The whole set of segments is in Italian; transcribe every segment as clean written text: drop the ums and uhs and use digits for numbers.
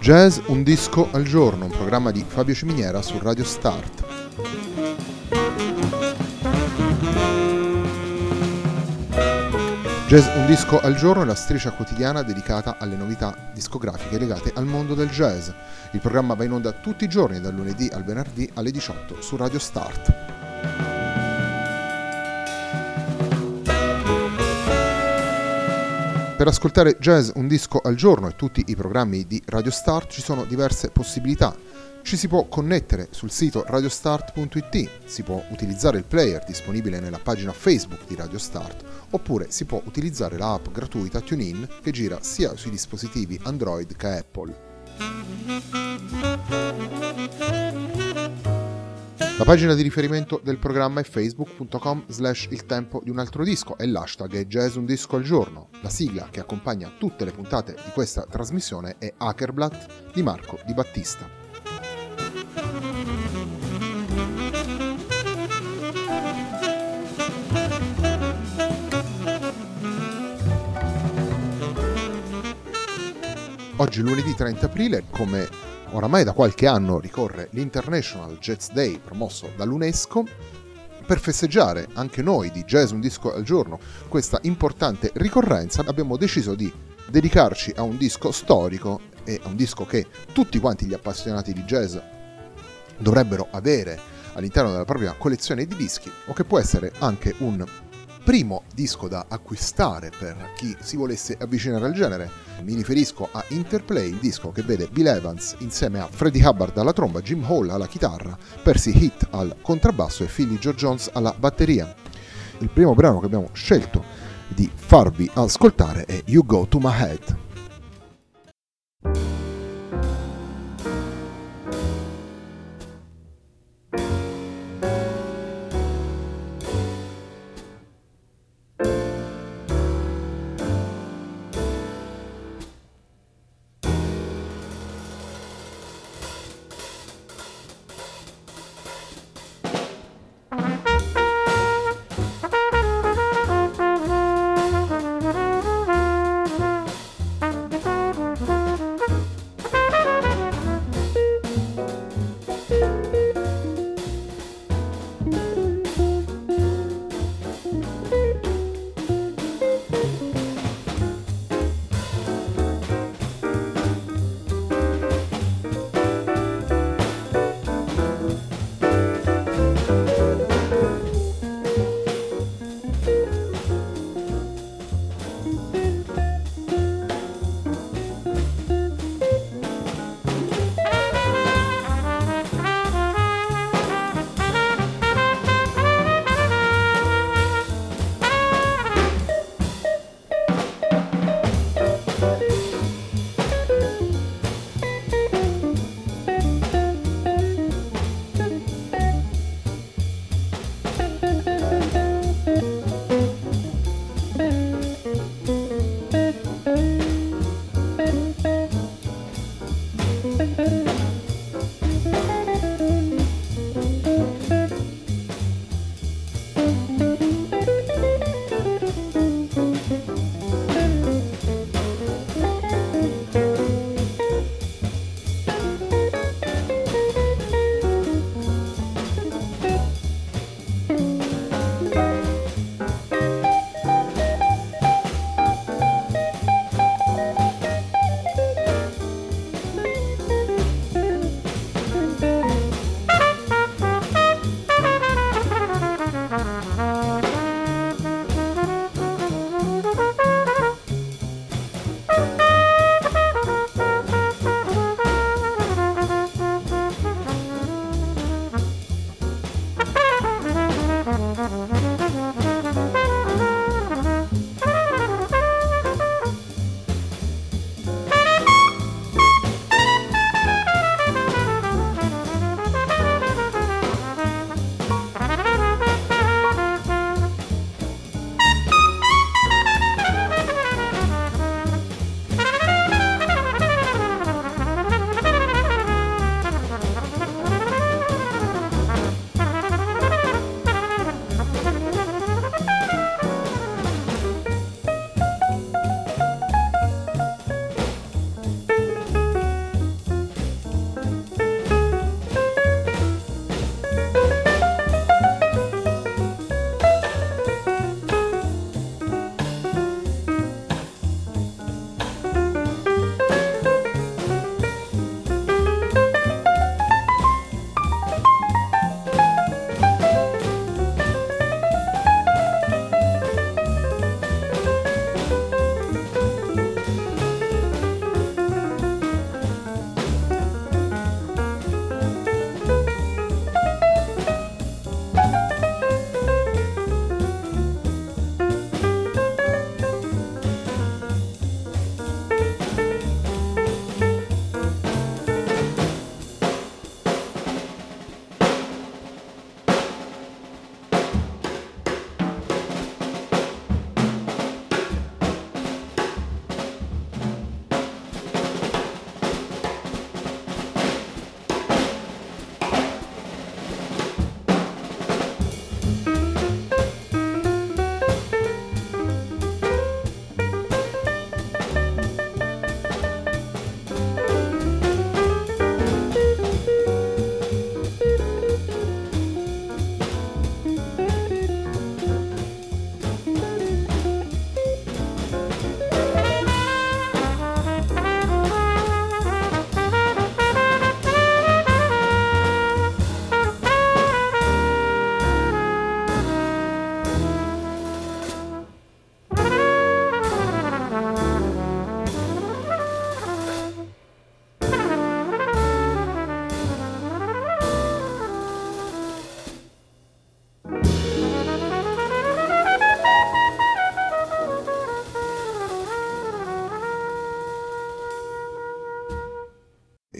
Jazz un disco al giorno, un programma di Fabio Ciminiera su Radio Start. Jazz un disco al giorno è la striscia quotidiana dedicata alle novità discografiche legate al mondo del jazz. Il programma va in onda tutti i giorni dal lunedì al venerdì alle 18 su Radio Start. Per ascoltare Jazz un disco al giorno e tutti i programmi di Radio Start ci sono diverse possibilità. Ci si può connettere sul sito radiostart.it, si può utilizzare il player disponibile nella pagina Facebook di Radio Start, oppure si può utilizzare la app gratuita TuneIn che gira sia sui dispositivi Android che Apple. La pagina di riferimento del programma è facebook.com/il tempo di un altro disco e l'hashtag è Jazz un disco al giorno. La sigla che accompagna tutte le puntate di questa trasmissione è Hackerblatt di Marco Di Battista. Oggi lunedì 30 aprile, come oramai da qualche anno ricorre l'International Jazz Day promosso dall'UNESCO. Per festeggiare anche noi di Jazz un disco al giorno questa importante ricorrenza abbiamo deciso di dedicarci a un disco storico e a un disco che tutti quanti gli appassionati di jazz dovrebbero avere all'interno della propria collezione di dischi, o che può essere anche un primo disco da acquistare per chi si volesse avvicinare al genere. Mi riferisco a Interplay, il disco che vede Bill Evans insieme a Freddie Hubbard alla tromba, Jim Hall alla chitarra, Percy Heath al contrabbasso e Philly Joe Jones alla batteria. Il primo brano che abbiamo scelto di farvi ascoltare è You Go To My Head.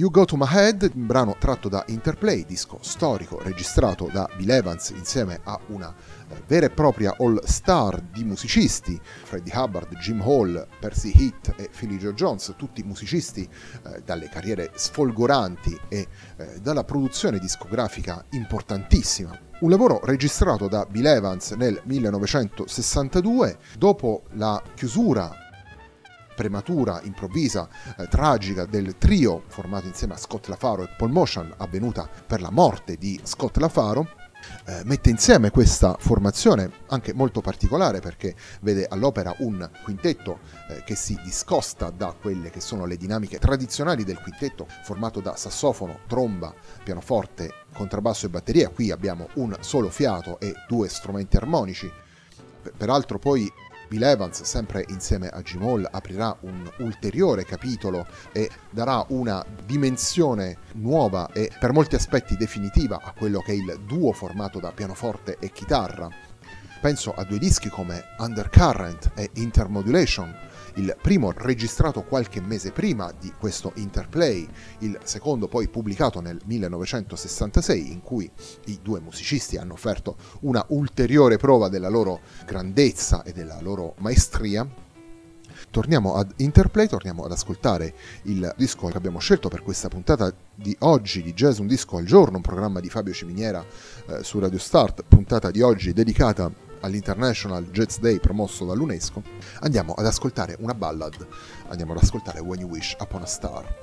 You Go To My Head, un brano tratto da Interplay, disco storico registrato da Bill Evans insieme a una vera e propria all-star di musicisti, Freddie Hubbard, Jim Hall, Percy Heath e Philly Joe Jones, tutti musicisti dalle carriere sfolgoranti e dalla produzione discografica importantissima. Un lavoro registrato da Bill Evans nel 1962, dopo la chiusura prematura, improvvisa, tragica del trio formato insieme a Scott LaFaro e Paul Motian, avvenuta per la morte di Scott LaFaro. Mette insieme questa formazione anche molto particolare perché vede all'opera un quintetto che si discosta da quelle che sono le dinamiche tradizionali del quintetto formato da sassofono, tromba, pianoforte, contrabbasso e batteria. Qui abbiamo un solo fiato e 2 strumenti armonici. Peraltro poi Bill Evans, sempre insieme a Jim Hall, aprirà un ulteriore capitolo e darà una dimensione nuova e per molti aspetti definitiva a quello che è il duo formato da pianoforte e chitarra. Penso a 2 dischi come Undercurrent e Intermodulation, il primo registrato qualche mese prima di questo Interplay, il secondo poi pubblicato nel 1966, in cui i 2 musicisti hanno offerto una ulteriore prova della loro grandezza e della loro maestria. Torniamo ad Interplay, torniamo ad ascoltare il disco che abbiamo scelto per questa puntata di oggi di Jazz Un Disco al Giorno, un programma di Fabio Ciminiera su Radio Start, puntata di oggi dedicata all'International Jazz Day promosso dall'UNESCO. Andiamo ad ascoltare una ballad, andiamo ad ascoltare When You Wish Upon a Star.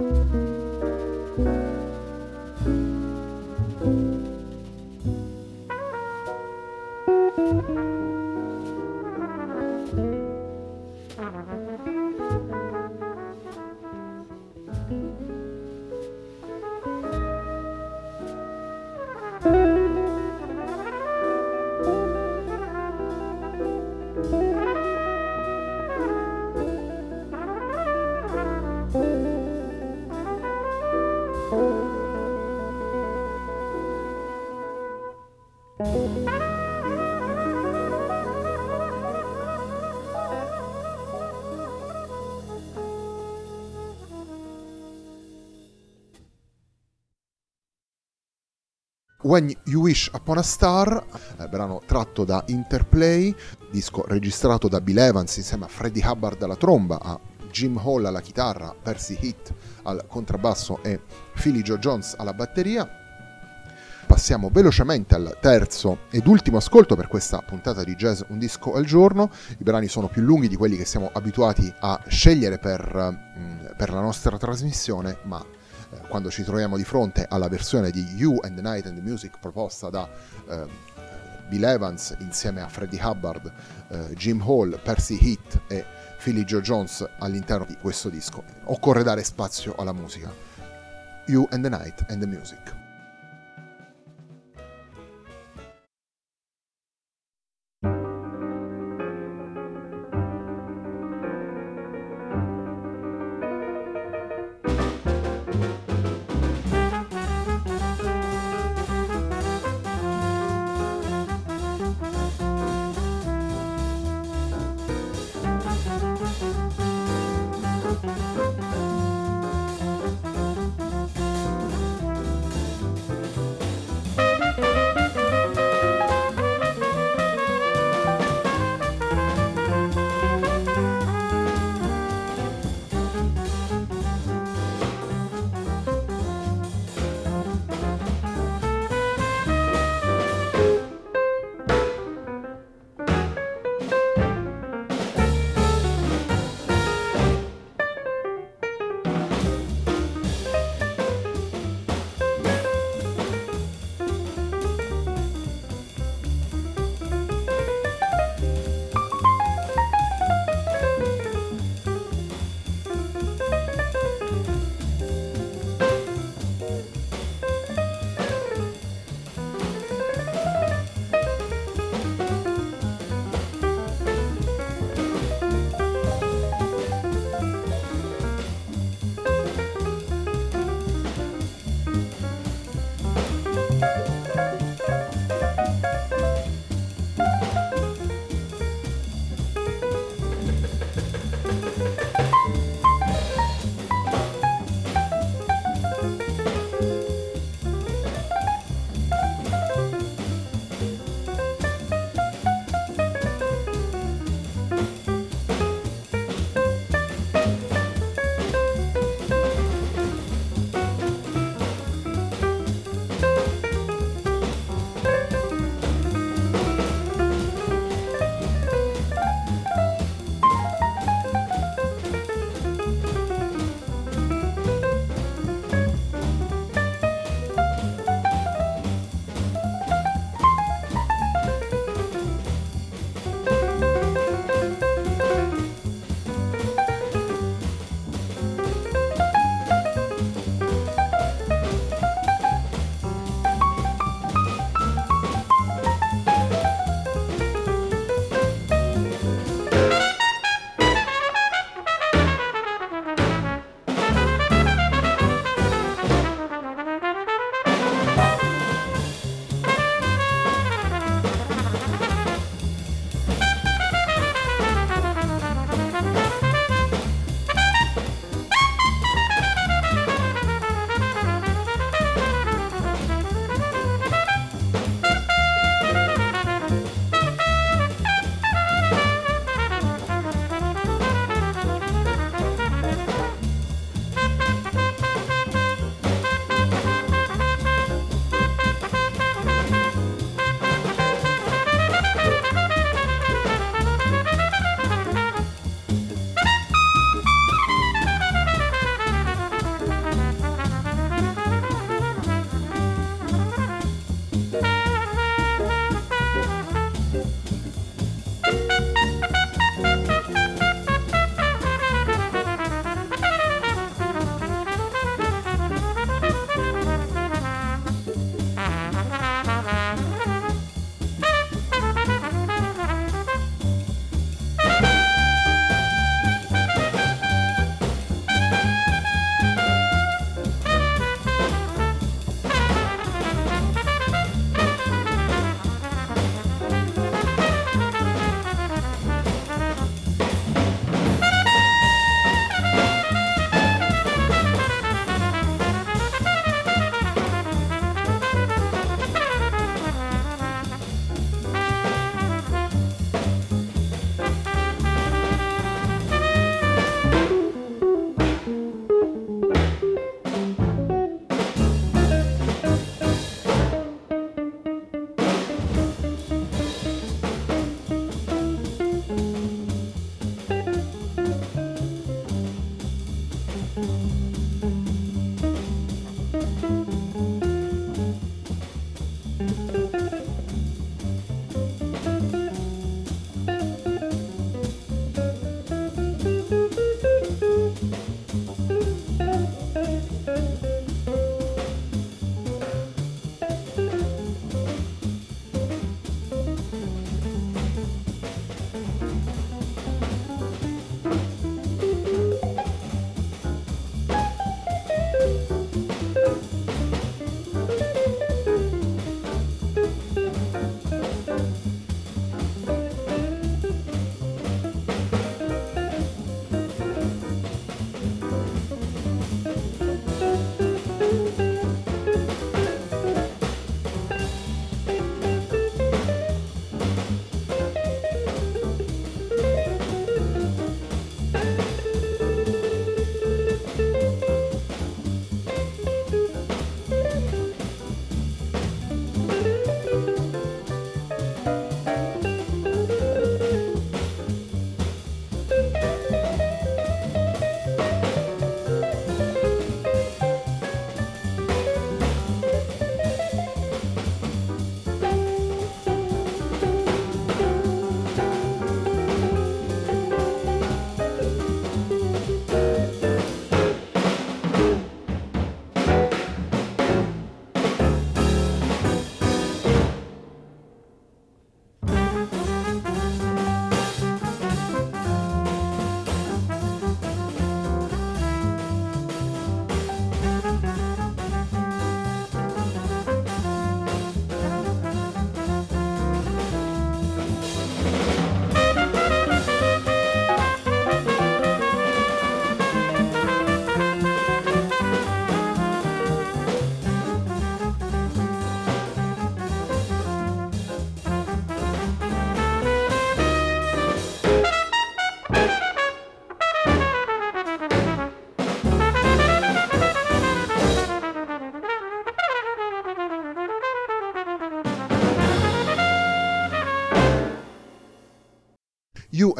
When You Wish Upon a Star, brano tratto da Interplay, disco registrato da Bill Evans insieme a Freddie Hubbard alla tromba, a Jim Hall alla chitarra, Percy Heath al contrabbasso e Philly Joe Jones alla batteria. Passiamo velocemente al terzo ed ultimo ascolto per questa puntata di Jazz Un Disco al Giorno. I brani sono più lunghi di quelli che siamo abituati a scegliere per la nostra trasmissione, ma quando ci troviamo di fronte alla versione di You and the Night and the Music proposta da Bill Evans insieme a Freddie Hubbard, Jim Hall, Percy Heath e Philly Joe Jones all'interno di questo disco, occorre dare spazio alla musica. You and the Night and the Music.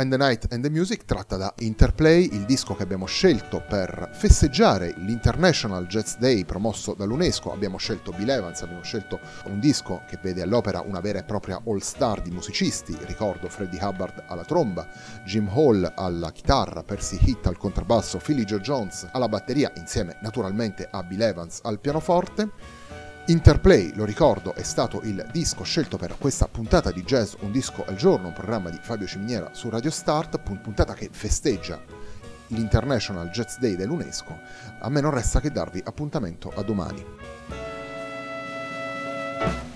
and the Night and the Music tratta da Interplay, il disco che abbiamo scelto per festeggiare l'International Jazz Day promosso dall'UNESCO. Abbiamo scelto Bill Evans, abbiamo scelto un disco che vede all'opera una vera e propria all-star di musicisti, ricordo Freddie Hubbard alla tromba, Jim Hall alla chitarra, Percy Heath al contrabbasso, Philly Joe Jones alla batteria, insieme naturalmente a Bill Evans al pianoforte. Interplay, lo ricordo, è stato il disco scelto per questa puntata di Jazz Un Disco al Giorno, un programma di Fabio Ciminiera su Radio Start, puntata che festeggia l'International Jazz Day dell'UNESCO. A me non resta che darvi appuntamento a domani.